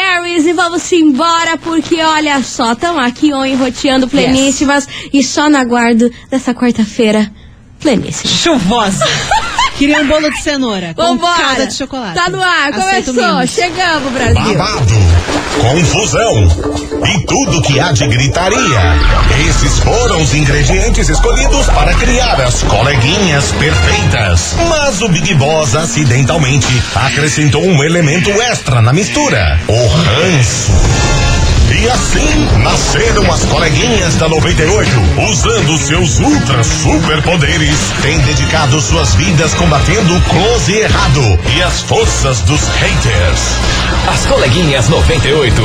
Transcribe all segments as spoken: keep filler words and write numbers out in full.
Cherries, e vamos embora porque olha só, estão aqui on, roteando pleníssimas, yes. E só no aguardo dessa quarta-feira pleníssima. Chuvosa. Queria um bolo de cenoura com calda de chocolate. Tá no ar, Aceito começou, menos. Chegamos, Brasil. Babado, confusão e tudo que há de gritaria. Esses foram os ingredientes escolhidos para criar as coleguinhas perfeitas. Mas o Big Boss acidentalmente acrescentou um elemento extra na mistura: o ranço. E assim nasceram as coleguinhas da noventa e oito, usando seus ultra superpoderes, têm dedicado suas vidas combatendo o close e errado e as forças dos haters. As coleguinhas noventa e oito.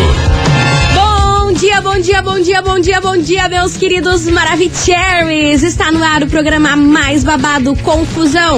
Bom dia, bom dia, bom dia, bom dia, bom dia, meus queridos Maravicheries. Está no ar o programa mais babado, Confusão.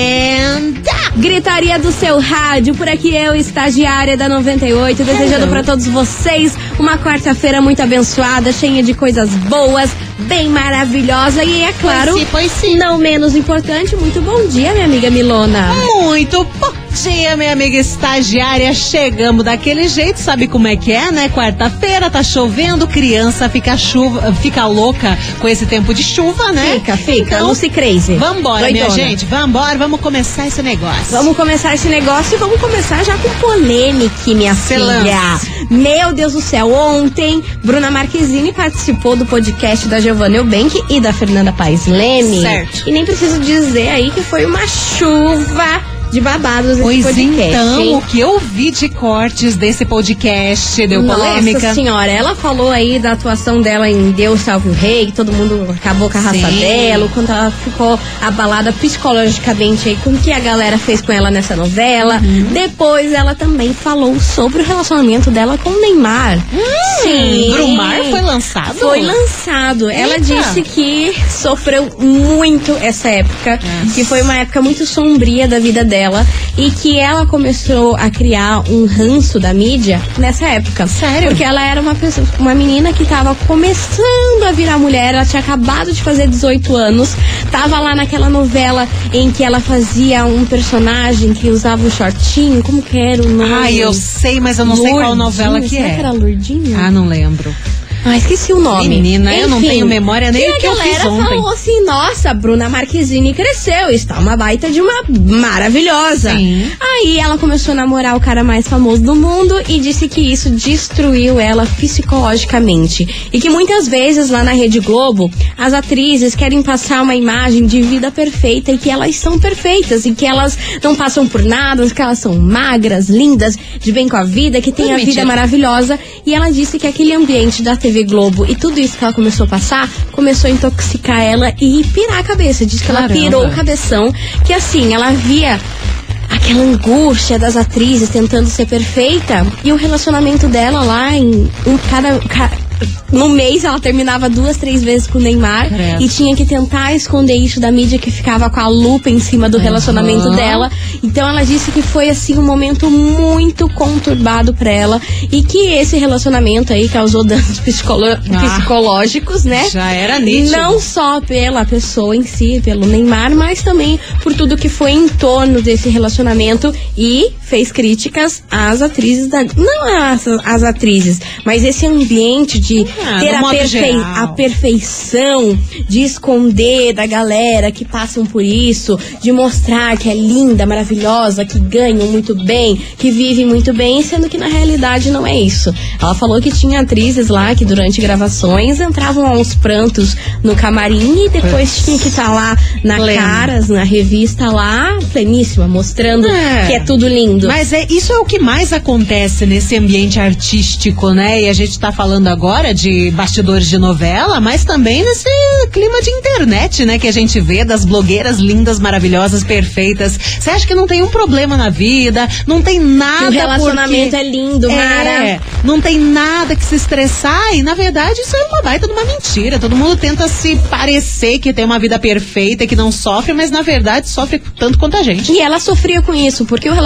And... Gritaria do seu rádio, por aqui eu, estagiária da noventa e oito, desejando para todos vocês uma quarta-feira muito abençoada, cheia de coisas boas, bem maravilhosa e, é claro, pois sim, pois sim. Não menos importante, muito bom dia, minha amiga Milona. Muito bom dia, minha amiga estagiária. Chegamos daquele jeito, sabe como é que é, né? Quarta-feira, tá chovendo, criança fica chuva, fica louca com esse tempo de chuva, né? Fica, fica, então, não se crazy. Vambora, doidona. Minha gente, vambora, vamos começar esse negócio. Vamos começar esse negócio e vamos começar já com polêmica, minha Excelente. filha. Meu Deus do céu, ontem Bruna Marquezine participou do podcast da Giovanna Eubank e da Fernanda Paes Leme. Certo. E nem preciso dizer aí que foi uma chuva de babados esse pois podcast. Então, hein? o que eu vi de cortes desse podcast deu Nossa polêmica. Nossa senhora, ela falou aí da atuação dela em Deus Salve o Rei, que todo mundo acabou com a raça Sim. dela, o quanto ela ficou abalada psicologicamente aí com o que a galera fez com ela nessa novela. Uhum. Depois ela também falou sobre o relacionamento dela com o Neymar. Hum, Sim. Brumar foi lançado? Foi lançado. Eita. Ela disse que sofreu muito essa época, yes. que foi uma época muito sombria da vida dela. Dela, e que ela começou a criar um ranço da mídia nessa época. Sério? Porque ela era uma pessoa, uma menina que tava começando a virar mulher, ela tinha acabado de fazer dezoito anos, tava lá naquela novela em que ela fazia um personagem que usava um shortinho, como que era o nome? Ai, eu sei, mas eu não Lourdinho, sei qual novela que será é. que era Lourdinho? Ah, não lembro. Ah, esqueci o nome. Menina, Enfim, eu não tenho memória nem o que eu fiz ontem. E a galera falou assim, nossa, Bruna Marquezine cresceu, está uma baita de uma maravilhosa. Sim. Aí ela começou a namorar o cara mais famoso do mundo e disse que isso destruiu ela psicologicamente. E que muitas vezes lá na Rede Globo, as atrizes querem passar uma imagem de vida perfeita e que elas são perfeitas e que elas não passam por nada, que elas são magras, lindas, de bem com a vida, que tem a vida maravilhosa. E ela disse que aquele ambiente da T V Globo e tudo isso que ela começou a passar, começou a intoxicar ela e pirar a cabeça. Diz que Caramba. ela pirou o cabeção, que assim, ela via aquela angústia das atrizes tentando ser perfeita e o relacionamento dela lá em um, cada... cada no mês ela terminava duas, três vezes com o Neymar é. E tinha que tentar esconder isso da mídia que ficava com a lupa em cima do relacionamento uhum. dela. Então ela disse que foi assim um momento muito conturbado pra ela e que esse relacionamento aí causou danos psicolo- ah, psicológicos, né? Já era nítido. Não só pela pessoa em si, pelo Neymar, mas também por tudo que foi em torno desse relacionamento e fez críticas às atrizes da... não às, às atrizes, mas esse ambiente de de ah, ter a, perfe- a perfeição, de esconder da galera que passam por isso, de mostrar que é linda, maravilhosa, que ganham muito bem, que vivem muito bem, sendo que na realidade não é isso. Ela falou que tinha atrizes lá que durante gravações entravam aos prantos no camarim e depois Puts. tinha que estar tá lá na Pleno. Caras, na revista lá, pleníssima, mostrando é. que é tudo lindo. Mas é, isso é o que mais acontece nesse ambiente artístico, né? E a gente tá falando agora de bastidores de novela, mas também nesse clima de internet, né? Que a gente vê das blogueiras lindas, maravilhosas, perfeitas. Você acha que não tem um problema na vida, não tem nada. O relacionamento porque... é lindo, Mara. É, não tem nada que se estressar e, na verdade, isso é uma baita de uma mentira. Todo mundo tenta se parecer que tem uma vida perfeita, que não sofre, mas, na verdade, sofre tanto quanto a gente. E ela sofria com isso, porque o relacionamento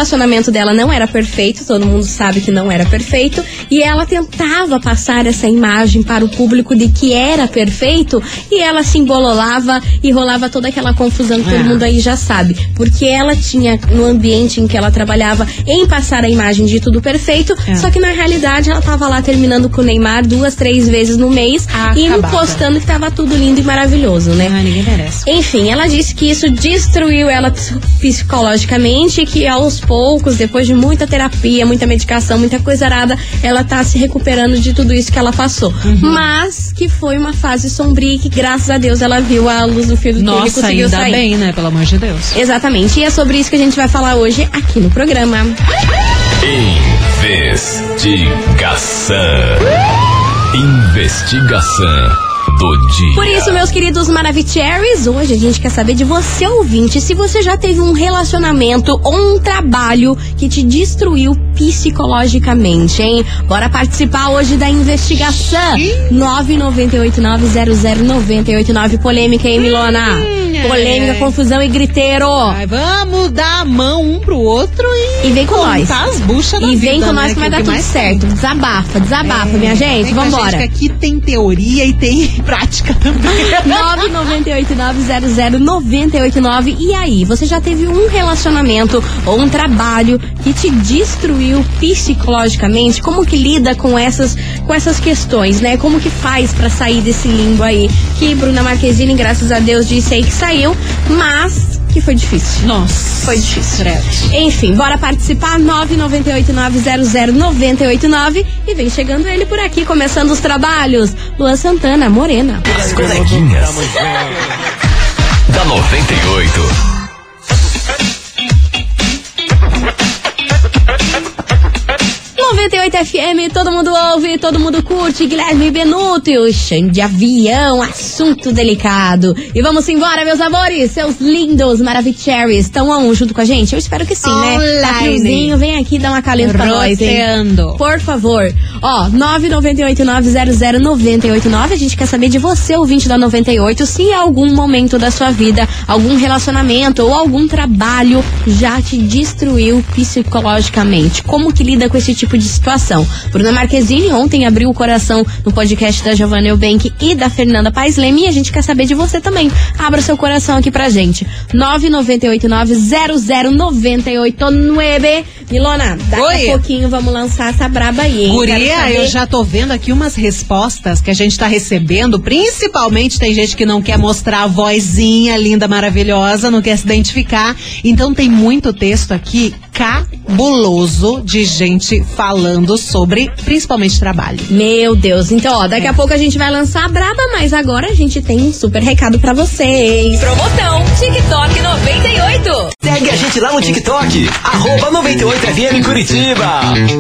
relacionamento dela não era perfeito, todo mundo sabe que não era perfeito, e ela tentava passar essa imagem para o público de que era perfeito, e ela se embololava e rolava toda aquela confusão que todo mundo aí já sabe, porque ela tinha, no ambiente em que ela trabalhava, em passar a imagem de tudo perfeito, é. só que na realidade ela tava lá terminando com o Neymar duas, três vezes no mês, ah, e acabada. postando que tava tudo lindo e maravilhoso, né? Ah, ninguém merece. Enfim, ela disse que isso destruiu ela psicologicamente, que aos poucos, depois de muita terapia, muita medicação, muita coisa arada, ela tá se recuperando de tudo isso que ela passou. Uhum. Mas que foi uma fase sombria e que, graças a Deus, ela viu a luz do fio do túnel e conseguiu ainda sair. bem, né? Pelo amor de Deus. Exatamente. E é sobre isso que a gente vai falar hoje aqui no programa. Investigação. Investigação do dia. Por isso, meus queridos Maravicheries, hoje a gente quer saber de você, ouvinte, se você já teve um relacionamento ou um trabalho que te destruiu psicologicamente, hein? Bora participar hoje da investigação. nove nove oito nove zero zero nove oito nove. Polêmica, hein, Milona? Polêmica, confusão e griteiro. Ai, vamos dar a mão um pro outro e, e vem com nós. As buchas da e vem vida, com nós né? que vai que dar tudo certo. Tem. Desabafa, desabafa, é, minha gente. Vambora. Gente, que aqui tem teoria e tem prática também. nove nove oito nove zero zero nove oito nove. E aí, você já teve um relacionamento ou um trabalho que te destruiu psicologicamente? Como que lida com essas, com essas questões, né? Como que faz pra sair desse limbo aí? Que Bruna Marquezine, graças a Deus, disse aí que saiu, mas que foi difícil. Nossa, foi difícil. Credo. Enfim, bora participar. nove nove oito nove zero zero nove oito nove. E vem chegando ele por aqui, começando os trabalhos. Luan Santana, Morena. As coleguinhas da noventa e oito. noventa e oito F M, todo mundo ouve, todo mundo curte. Guilherme Benuto e o Xande de Avião, assunto delicado. E vamos embora, meus amores, seus lindos Maravicheries. Estão on junto com a gente? Eu espero que sim, Online. né? Tá friozinho, vem aqui dar um acalento pra nós, hein? Por favor. Ó, nove nove oito nove zero zero nove oito nove. A gente quer saber de você, ouvinte da noventa e oito, se em algum momento da sua vida, algum relacionamento ou algum trabalho já te destruiu psicologicamente. Como que lida com esse tipo de situação? Bruna Marquezine ontem abriu o coração no podcast da Giovanna Eubank e da Fernanda Paes Leme, e a gente quer saber de você também. Abra seu coração aqui pra gente. nove nove oito nove zero zero nove oito nove. Milona, daqui Oi. a pouquinho vamos lançar essa braba aí, hein? Guria, eu já tô vendo aqui umas respostas que a gente tá recebendo, principalmente tem gente que não quer mostrar a vozinha linda, maravilhosa, não quer se identificar, então tem muito texto aqui cabuloso de gente falando sobre, principalmente, trabalho. Meu Deus, então ó, daqui é. a pouco a gente vai lançar a braba, mas agora a gente tem um super recado pra vocês. Promoção TikTok noventa e oito. Segue a gente lá no TikTok, arroba noventa e oito F M Curitiba.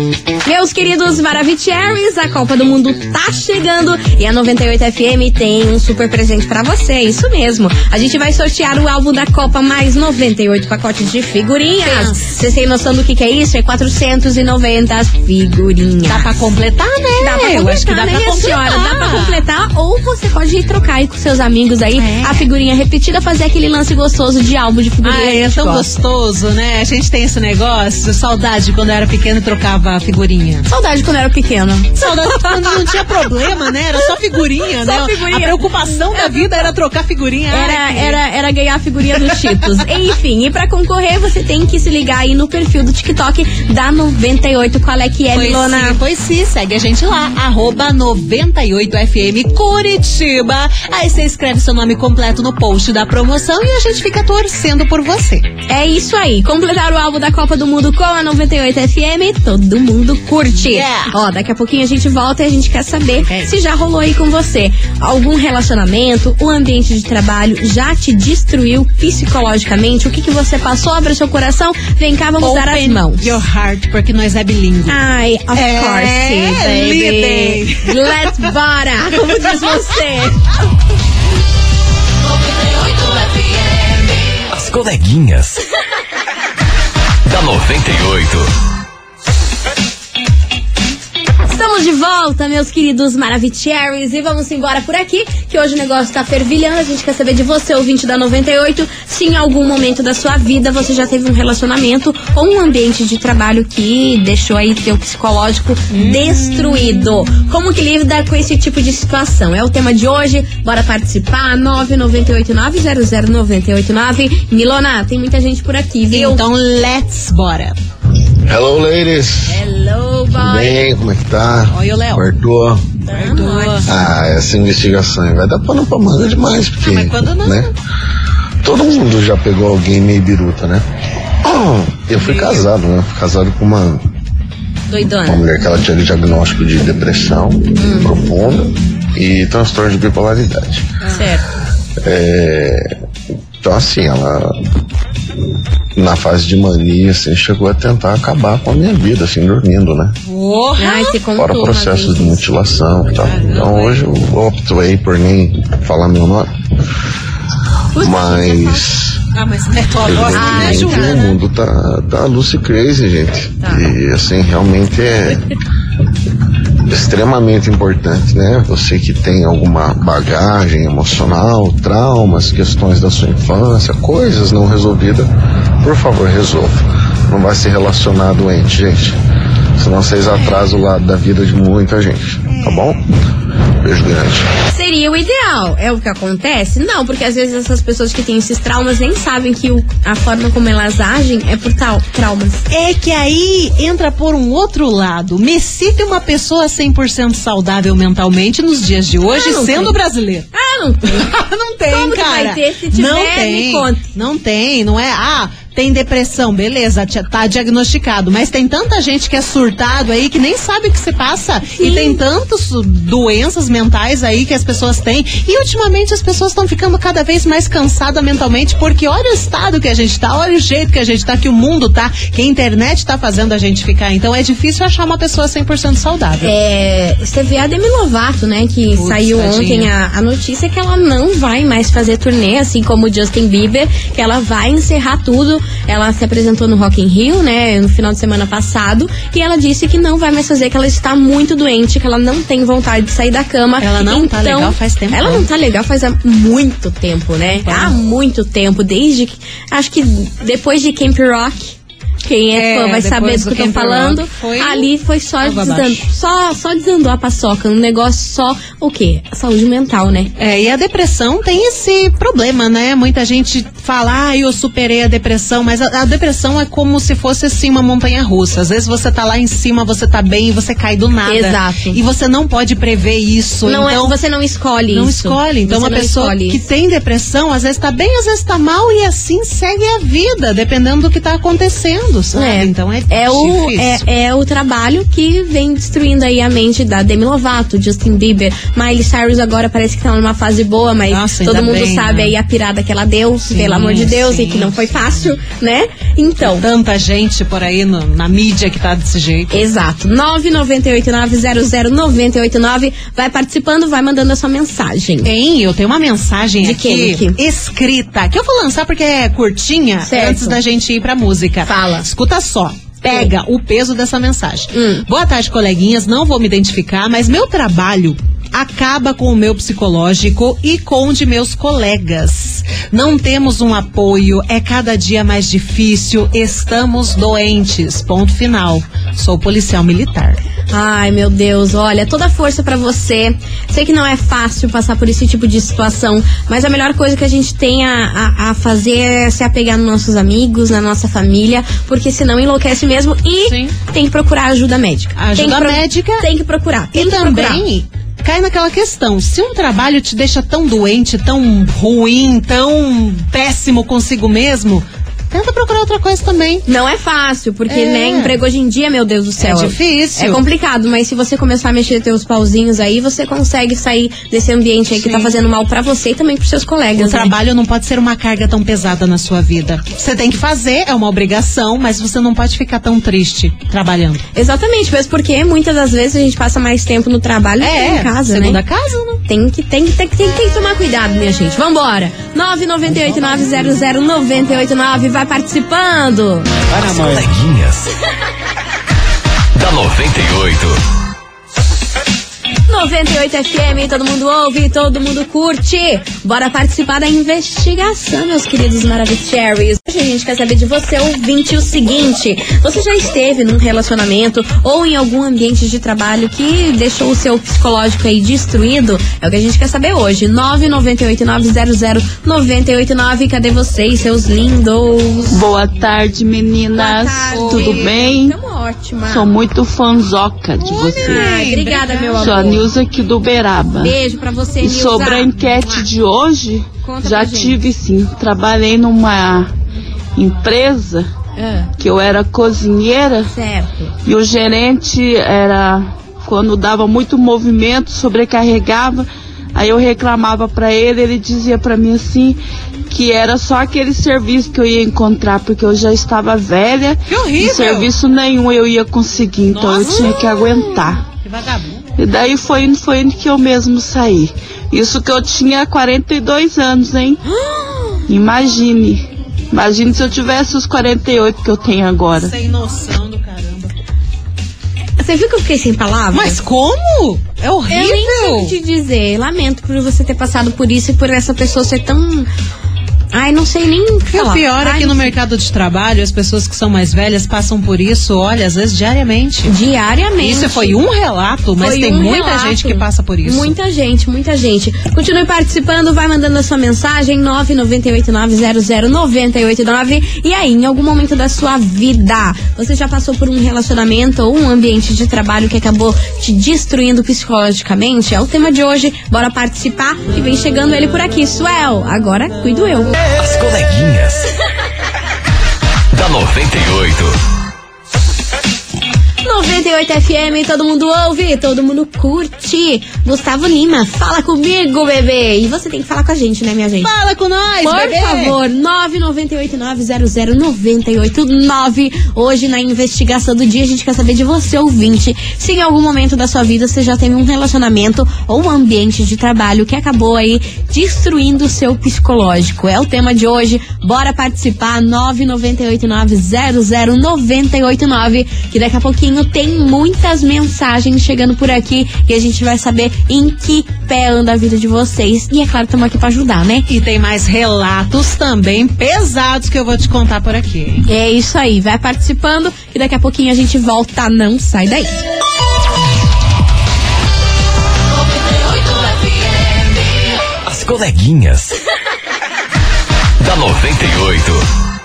Meus queridos Maravicheries, a Copa do Mundo tá chegando e a noventa e oito F M tem um super presente pra você, isso mesmo. A gente vai sortear o álbum da Copa mais noventa e oito pacotes de figurinhas. Vocês têm noção do que que é isso? É quatrocentos e noventa figurinhas. Dá pra completar, né? Dá pra completar, Eu acho que dá né, pra minha completar. senhora? Dá pra completar, ou você pode ir trocar aí com seus amigos aí é. a figurinha repetida, fazer aquele lance gostoso de álbum de figurinha. Ai, é tão gosta. gostoso, né? A gente tem esse negócio, saudade quando eu era pequena e trocava figurinha. Saudade quando eu era pequena. Saudade quando não tinha problema, né? Era só figurinha, só né? Figurinha. A preocupação da vida era trocar figurinha. Era, Ai, era, era ganhar a figurinha dos Cheetos. Enfim, e pra concorrer você tem que se ligar aí no perfil do TikTok da noventa e oito. Qual é que é, pois Milona? Sim, pois sim, segue a gente lá, arroba noventa e oito F M Curitiba. Aí você escreve seu nome completo no post da promoção e a gente fica torcendo por você. É isso aí, completar o álbum da Copa do Mundo com a noventa e oito F M, todo mundo curte. Yeah. Ó, daqui a pouquinho a gente volta e a gente quer saber okay. se já rolou aí com você algum relacionamento, o ambiente de trabalho já te destruiu psicologicamente, o que que você passou, abre seu coração, vem cá, vamos Open dar as mãos. Your heart, porque nós é bilíngue. Ai, of é, course, baby. Let's bora, como diz você. As coleguinhas da noventa e oito. Estamos de volta, meus queridos Maravicheries, e vamos embora por aqui, que hoje o negócio tá fervilhando. A gente quer saber de você, ouvinte da noventa e oito, se em algum momento da sua vida você já teve um relacionamento ou um ambiente de trabalho que deixou aí teu psicológico hum. destruído. Como que lida com esse tipo de situação? É o tema de hoje, bora participar, nove nove oito nove zero zero nove oito nove. Milona, tem muita gente por aqui, viu? Então, let's, bora. Hello, ladies. Hello, boy. Tudo bem? Como é que tá? Oi, o Léo. Perdoa. Perdoa. Ah, essa investigação vai dar pano pra manga demais, porque, ah, mas quando não? Né? Todo mundo já pegou alguém meio biruta, né? Eu fui casado, né? Fui casado com uma... Doidona. Uma mulher que ela tinha diagnóstico de depressão hum. profunda e transtorno de bipolaridade. Certo. É... Então, assim, ela... na fase de mania, assim, chegou a tentar acabar com a minha vida, assim, dormindo, né? Oh, ai, se contou, fora processos de mutilação e tal. Então hoje eu opto aí por nem falar meu nome. Puxa, mas... Ah, mas é tua voz que me ajuda, o né? mundo tá, tá Lucy Crazy, gente. Tá. E assim, realmente é... extremamente importante, né? Você que tem alguma bagagem emocional, traumas, questões da sua infância, coisas não resolvidas, por favor, resolva. Não vai se relacionar doente, gente. Senão vocês atrasam o lado da vida de muita gente, tá bom? Beijo grande. Seria o ideal. É o que acontece? Não, porque às vezes essas pessoas que têm esses traumas nem sabem que o, a forma como elas agem é por tal, traumas. É que aí entra por um outro lado. Me cite uma pessoa cem por cento saudável mentalmente nos dias de hoje, ah, sendo tem. brasileiro. Ah, não tem. Não tem, como cara. Que vai ter? Se tiver, não tem. me conte. Não tem, não é? Ah, tem depressão, beleza, tá diagnosticado, mas tem tanta gente que é surtado aí que nem sabe o que se passa. Sim. E tem tantas doenças mentais aí que as pessoas têm, e ultimamente as pessoas estão ficando cada vez mais cansadas mentalmente, porque olha o estado que a gente tá, olha o jeito que a gente tá, que o mundo tá, que a internet tá fazendo a gente ficar. Então é difícil achar uma pessoa cem por cento saudável. É, teve a Demi Lovato, né, que Putz, saiu tadinha. ontem a, a notícia que ela não vai mais fazer turnê, assim como o Justin Bieber, que ela vai encerrar tudo. Ela se apresentou no Rock in Rio, né, no final de semana passado, e ela disse que não vai mais fazer, que ela está muito doente, que ela não tem vontade de sair da cama. Ela não então, tá legal faz tempo. Ela não tá legal faz há muito tempo, né? Há muito tempo, desde que, acho que depois de Camp Rock. Quem é, é fã vai saber do que eu tô falando. Foi ali foi só desandou, só, só desandou a paçoca. Um negócio só, o quê? Saúde mental, né? É, e a depressão tem esse problema, né? Muita gente fala, ah, eu superei a depressão, mas a, a depressão é como se fosse assim uma montanha russa. Às vezes você tá lá em cima, você tá bem e você cai do nada. Exato. E você não pode prever isso. Não então, é, você não escolhe não isso. Não escolhe. Então você uma pessoa que isso. tem depressão, às vezes tá bem, às vezes tá mal, e assim segue a vida, dependendo do que tá acontecendo, sabe? É. Então é, é o é, é o trabalho que vem destruindo aí a mente da Demi Lovato, Justin Bieber, Miley Cyrus agora parece que tá numa fase boa, mas Nossa, todo mundo bem, sabe né? aí a pirada que ela deu, sim, pelo amor de Deus, sim, e que não foi fácil, né? Então. Tanta gente por aí no, na mídia que tá desse jeito. Exato. nove nove oito nove zero zero nove oito nove. Vai participando, vai mandando a sua mensagem. Tem, eu tenho uma mensagem de aqui quem? escrita, que eu vou lançar porque é curtinha, certo, antes da gente ir pra música. Fala. Escuta só. Pega hum. o peso dessa mensagem. Hum. Boa tarde, coleguinhas. Não vou me identificar, mas meu trabalho acaba com o meu psicológico e com o de meus colegas. Não temos um apoio, é cada dia mais difícil, estamos doentes. Ponto final. Sou policial militar. Ai, meu Deus, olha, toda força pra você. Sei que não é fácil passar por esse tipo de situação, mas a melhor coisa que a gente tem a, a, a fazer é se apegar nos nossos amigos, na nossa família, porque senão enlouquece mesmo e Sim. tem que procurar ajuda médica. Ajuda tem pro... médica. Tem que procurar. Tem e que também procurar. Cai naquela questão, se um trabalho te deixa tão doente, tão ruim, tão péssimo consigo mesmo, tenta procurar outra coisa também. Não é fácil, porque, é. né, emprego hoje em dia, meu Deus do céu. É difícil. É complicado, mas se você começar a mexer teus pauzinhos aí, você consegue sair desse ambiente aí Sim. que tá fazendo mal pra você e também pros seus colegas. O né? trabalho não pode ser uma carga tão pesada na sua vida. Você tem que fazer, é uma obrigação, mas você não pode ficar tão triste trabalhando. Exatamente, mas porque muitas das vezes a gente passa mais tempo no trabalho do é, que em casa, segunda né? casa, né? Tem que, tem, que, tem, que, tem, que, tem que tomar cuidado, minha gente. Vambora! nove nove oito nove zero zero nove oito nove, vai participando! As coleguinhas da noventa e oito. noventa e oito F M, todo mundo ouve, todo mundo curte. Bora participar da investigação, meus queridos Maravicheries. Hoje a gente quer saber de você, ouvinte, o seguinte: você já esteve num relacionamento ou em algum ambiente de trabalho que deixou o seu psicológico aí destruído? É o que a gente quer saber hoje. nove nove oito nove zero zero nove oito nove. Cadê vocês, seus lindos? Boa tarde, meninas. Boa tarde. Tudo bem? Tamo ótima. Sou muito fanzoca de você. Ai, obrigada, meu amor. Sou a Nilza aqui do Uberaba. Beijo pra você, E Nilza. sobre a enquete de hoje, Conta já pra gente. tive sim. Trabalhei numa empresa Ah, que eu era cozinheira certo. e o gerente era, quando dava muito movimento, sobrecarregava. Aí eu reclamava pra ele, ele dizia pra mim assim, que era só aquele serviço que eu ia encontrar, porque eu já estava velha. Que horrível. E serviço nenhum eu ia conseguir, então Nossa. eu tinha que aguentar. Que vagabundo. E daí foi indo, foi indo que eu mesmo saí. Isso que eu tinha quarenta e dois anos, hein? Imagine. Imagine se eu tivesse os quarenta e oito que eu tenho agora. Sem noção do caramba. Você viu que eu fiquei sem palavras? Mas como? É eu nem sei horrível. o que te dizer. Lamento por você ter passado por isso e por essa pessoa ser tão... Ai, não sei nem o que E o falar. pior é Ai, que não no sei. mercado de trabalho, as pessoas que são mais velhas passam por isso, olha, às vezes diariamente. Diariamente. Isso foi um relato, mas Foi tem um muita relato. gente que passa por isso. Muita gente, muita gente. Continue participando, vai mandando a sua mensagem nove nove oito nove zero zero nove oito nove. E aí, em algum momento da sua vida, você já passou por um relacionamento ou um ambiente de trabalho que acabou te destruindo psicologicamente? É o tema de hoje. Bora participar, que vem chegando ele por aqui. Suel, agora cuido eu. As coleguinhas. Da noventa e oito. noventa e oito F M, todo mundo ouve, todo mundo curte. Gustavo Lima, fala comigo, bebê. E você tem que falar com a gente, né, minha gente? Fala com nós, Por bebê. favor, nove nove oito nove zero zero nove oito nove. Hoje, na investigação do dia, a gente quer saber de você, ouvinte, se em algum momento da sua vida você já teve um relacionamento ou um ambiente de trabalho que acabou aí destruindo o seu psicológico. É o tema de hoje. Bora participar, nove nove oito nove zero zero nove oito nove, que daqui a pouquinho tem muitas mensagens chegando por aqui e a gente vai saber em que pé anda a vida de vocês. E é claro, estamos aqui pra ajudar, né? E tem mais relatos também pesados que eu vou te contar por aqui, hein? É isso aí, vai participando que daqui a pouquinho a gente volta, não sai daí. As coleguinhas. Da noventa e oito.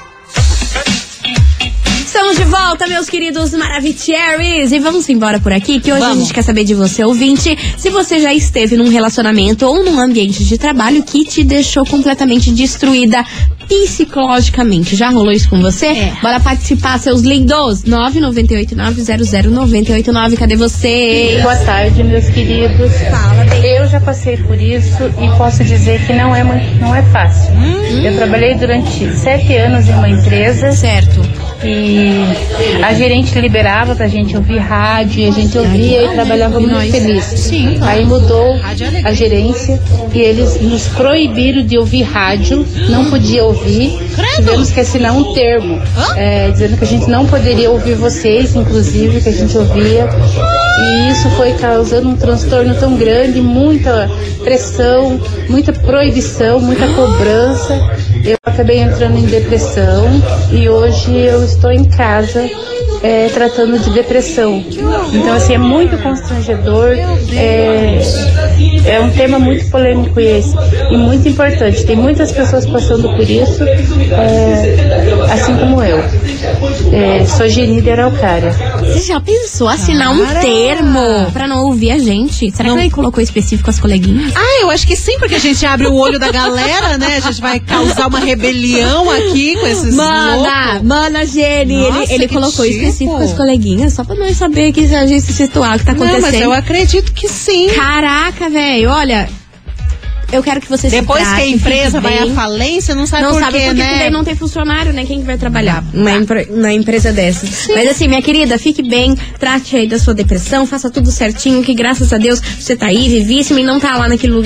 Estamos de volta, meus queridos Maravicheries, e vamos embora por aqui, que hoje Vamos. a gente quer saber de você, ouvinte, se você já esteve num relacionamento ou num ambiente de trabalho que te deixou completamente destruída psicologicamente. Já rolou isso com você? É. Bora participar, seus lindos! nove nove oito nove zero zero nove oito nove, cadê vocês? Boa tarde, meus queridos. Fala, bem. Eu já passei por isso e posso dizer que não é, muito- não é fácil. Eu trabalhei durante sete anos em uma empresa Certo. e a gerente liberava pra gente ouvir rádio e a gente ouvia e trabalhava muito nós. feliz. Sim, claro. Aí mudou Rádio é alegria. a gerência e eles nos proibiram de ouvir rádio, não podia ouvir. Tivemos que assinar um termo é, dizendo que a gente não poderia ouvir vocês, inclusive, que a gente ouvia. E isso foi causando um transtorno tão grande, muita pressão, muita proibição, muita cobrança. Eu acabei entrando em depressão e hoje eu estou em casa é, tratando de depressão. Então, assim, é muito constrangedor, é, é um tema muito polêmico esse e muito importante. Tem muitas pessoas passando por isso, é, assim como eu. É, sou Geni de Araucária. Você já pensou assinar um Cara. termo pra não ouvir a gente? Será que ele colocou específico as coleguinhas? Ah, eu acho que sim, porque a gente abre o olho da galera, né? A gente vai causar uma rebelião aqui com esses Mana, loucos. mana, Gene, Nossa, ele, ele que colocou tipo. específico as coleguinhas, só pra nós saber que a gente se situar o que tá Não, acontecendo. mas eu acredito que sim. Caraca, velho, olha, eu quero que você Depois se que a trate, empresa fique vai bem. à falência, não sabe Não por sabe quê, por quê, né? porque daí não tem funcionário, né? Quem que vai trabalhar na, empre- na empresa dessas? Mas assim, minha querida, fique bem, trate aí da sua depressão, faça tudo certinho, que graças a Deus você tá aí, vivíssima, e não tá lá naquele lugar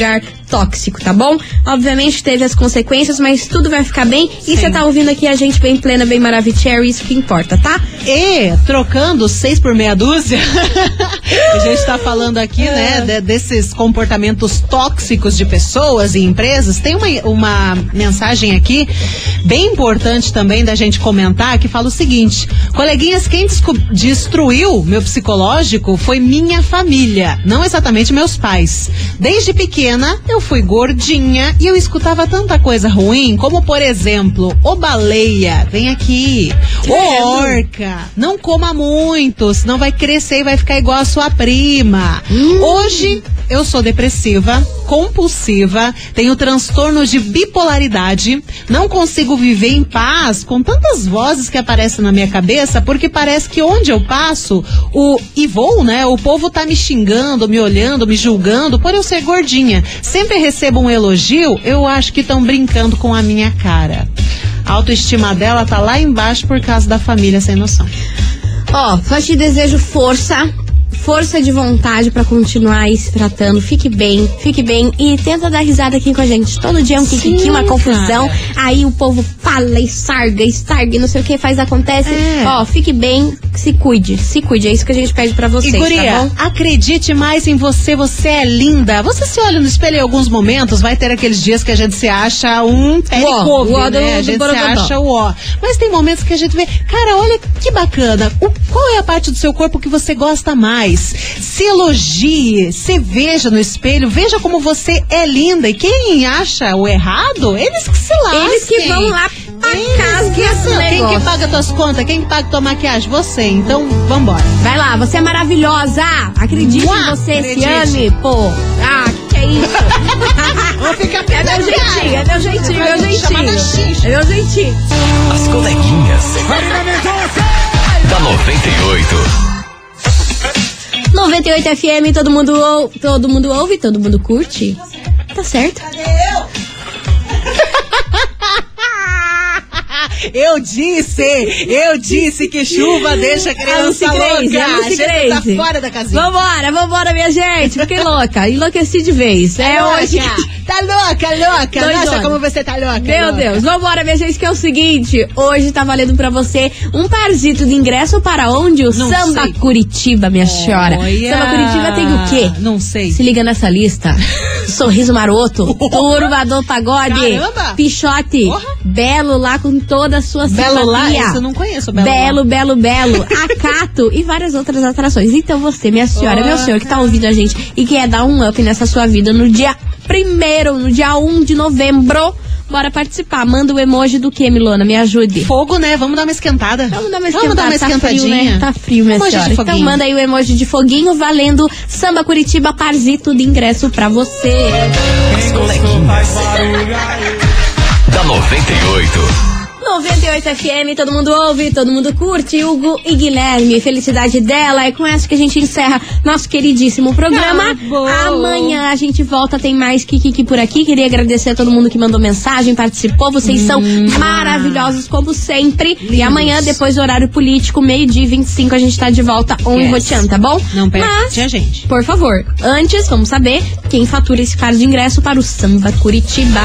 tóxico, tá bom? Obviamente teve as consequências, mas tudo vai ficar bem. E você tá ouvindo aqui a gente bem plena, bem maravilhosa, isso que importa, tá? E, trocando seis por meia dúzia, a gente tá falando aqui, é. né, de, desses comportamentos tóxicos de pessoas e empresas. Tem uma, uma mensagem aqui, bem importante também da gente comentar, que fala o seguinte: coleguinhas, quem destruiu meu psicológico foi minha família, não exatamente meus pais. Desde pequena, eu fui gordinha e eu escutava tanta coisa ruim, como, por exemplo, ô baleia, vem aqui, ô orca, não coma muito, senão vai crescer e vai ficar igual a sua prima. Hum. Hoje, eu sou depressiva, compulsiva, tenho transtorno de bipolaridade, não consigo viver em paz com tantas vozes que aparecem na minha cabeça, porque parece que onde eu passo, o e vou, né, o povo tá me xingando, me olhando, me julgando por eu ser gordinha. Sempre recebo um elogio, eu acho que estão brincando com a minha cara. A autoestima dela tá lá embaixo por causa da família sem noção. Ó, oh, só te desejo força, força de vontade pra continuar aí se tratando. Fique bem, fique bem e tenta dar risada aqui com a gente. Todo dia é um kikiki, uma confusão. Cara. Aí o povo fala e sarga, e sarga, e não sei o que faz, acontece. É. Ó, fique bem, se cuide, se cuide. É isso que a gente pede pra vocês, e, guria, tá bom? Acredite mais em você, você é linda. Você se olha no espelho em alguns momentos, vai ter aqueles dias que a gente se acha um pé de couve, né? Do, a gente se acha o ó. Mas tem momentos que a gente vê, cara, olha que bacana. O, qual é a parte do seu corpo que você gosta mais? Se elogie, se veja no espelho, veja como você é linda. E quem acha o errado, eles que se lasquem. Eles que vão lá pra casa que esse negócio. Quem que paga tuas contas? Quem que paga tua maquiagem? Você. Então, vambora. Vai lá, você é maravilhosa. Acredite Uá, em você, acredite. Se ame, pô. Ah, que que é isso? Vou ficar é meu jeitinho, é meu jeitinho, é meu jeitinho. É meu jeitinho. As coleguinhas da noventa e oito. noventa e oito F M, todo mundo, ou, todo mundo ouve, todo mundo curte. Tá certo? Cadê eu? Eu disse, eu disse que chuva deixa a criança louca. A gente tá fora da casinha. Vambora, vambora, minha gente. Fiquei louca, enlouqueci de vez. Tá é louca. hoje. Tá louca, louca. Doidona. Nossa, como você tá louca. Meu louca. Deus, vambora, minha gente, que é o seguinte. Hoje tá valendo pra você um parzito de ingresso para onde? O Não Samba sei. Curitiba, minha senhora. Samba Curitiba tem o quê? Não sei. Se liga nessa lista. Sorriso Maroto, Turma do Pagode, Caramba. Pichote, Porra. Belo lá com toda a sua Belo lá, simpatia. esse eu não conheço. Belo, Belo, Belo, Belo, Acato e várias outras atrações. Então você, minha senhora, oh, meu senhor que tá ouvindo a gente e quer dar um up nessa sua vida no dia primeiro, no dia um de novembro, bora participar. Manda o emoji do que, Milona? Me ajude. Fogo, né? Vamos dar uma esquentada. Vamos dar uma esquentada. Vamos dar uma esquentadinha. Tá frio, né? Tá frio, minha emoji senhora. Então manda aí o emoji de foguinho valendo Samba Curitiba, parzito de ingresso pra você. As coleguinhas da noventa e oito. noventa e oito F M, todo mundo ouve, todo mundo curte. Hugo e Guilherme, felicidade dela. É com essa que a gente encerra nosso queridíssimo programa. Ah, amanhã a gente volta, tem mais Kiki por aqui. Queria agradecer a todo mundo que mandou mensagem, participou. Vocês hum. são maravilhosos, como sempre. Lindos. E amanhã, depois do horário político, meio-dia e vinte e cinco, a gente tá de volta on yes. Roteando, tá bom? Não perde a gente. Por favor, antes, vamos saber quem fatura esse par de ingresso para o Samba Curitiba.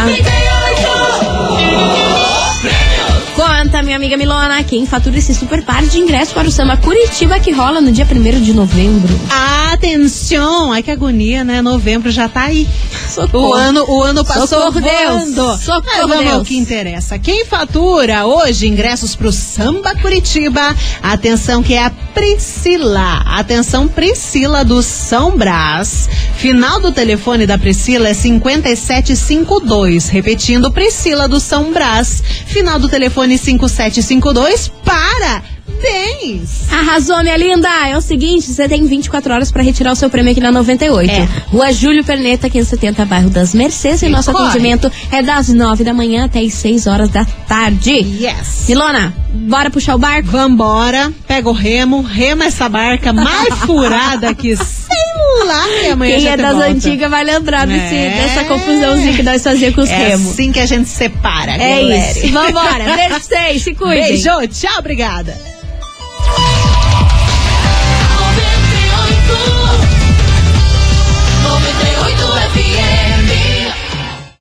Conta, minha amiga Milona, quem fatura esse super par de ingresso para o Samba Curitiba que rola no dia primeiro de novembro. Atenção! Ai, que agonia, né? Novembro já tá aí. Socorro. O ano, o ano passou Socorro, voando. Deus. Socorro, Mas vamos Deus. ao que interessa. Quem fatura hoje ingressos pro Samba Curitiba? Atenção, que é a Priscila. Atenção, Priscila do São Brás. Final do telefone da Priscila é cinquenta e sete cinquenta e dois. Repetindo, Priscila do São Brás. Final do telefone cinco sete cinco dois. Parabéns! Arrasou, minha linda! É o seguinte, você tem vinte e quatro horas pra retirar o seu prêmio aqui na noventa e oito. É. Rua Júlio Perneta, quinhentos e setenta, bairro das Mercês. E nosso corre. atendimento é das nove da manhã até as seis horas da tarde. Yes! Milona, bora puxar o barco? Vambora, pega o remo, rema essa barca mais furada que sei lá que amanhã Quem já é tem das volta. antigas vai lembrar desse, É. dessa confusãozinha que nós fazíamos com os É remos. assim que a gente separa, É galera. isso. Vambora. Beijo pra vocês, se cuidem. Beijo, tchau, obrigada.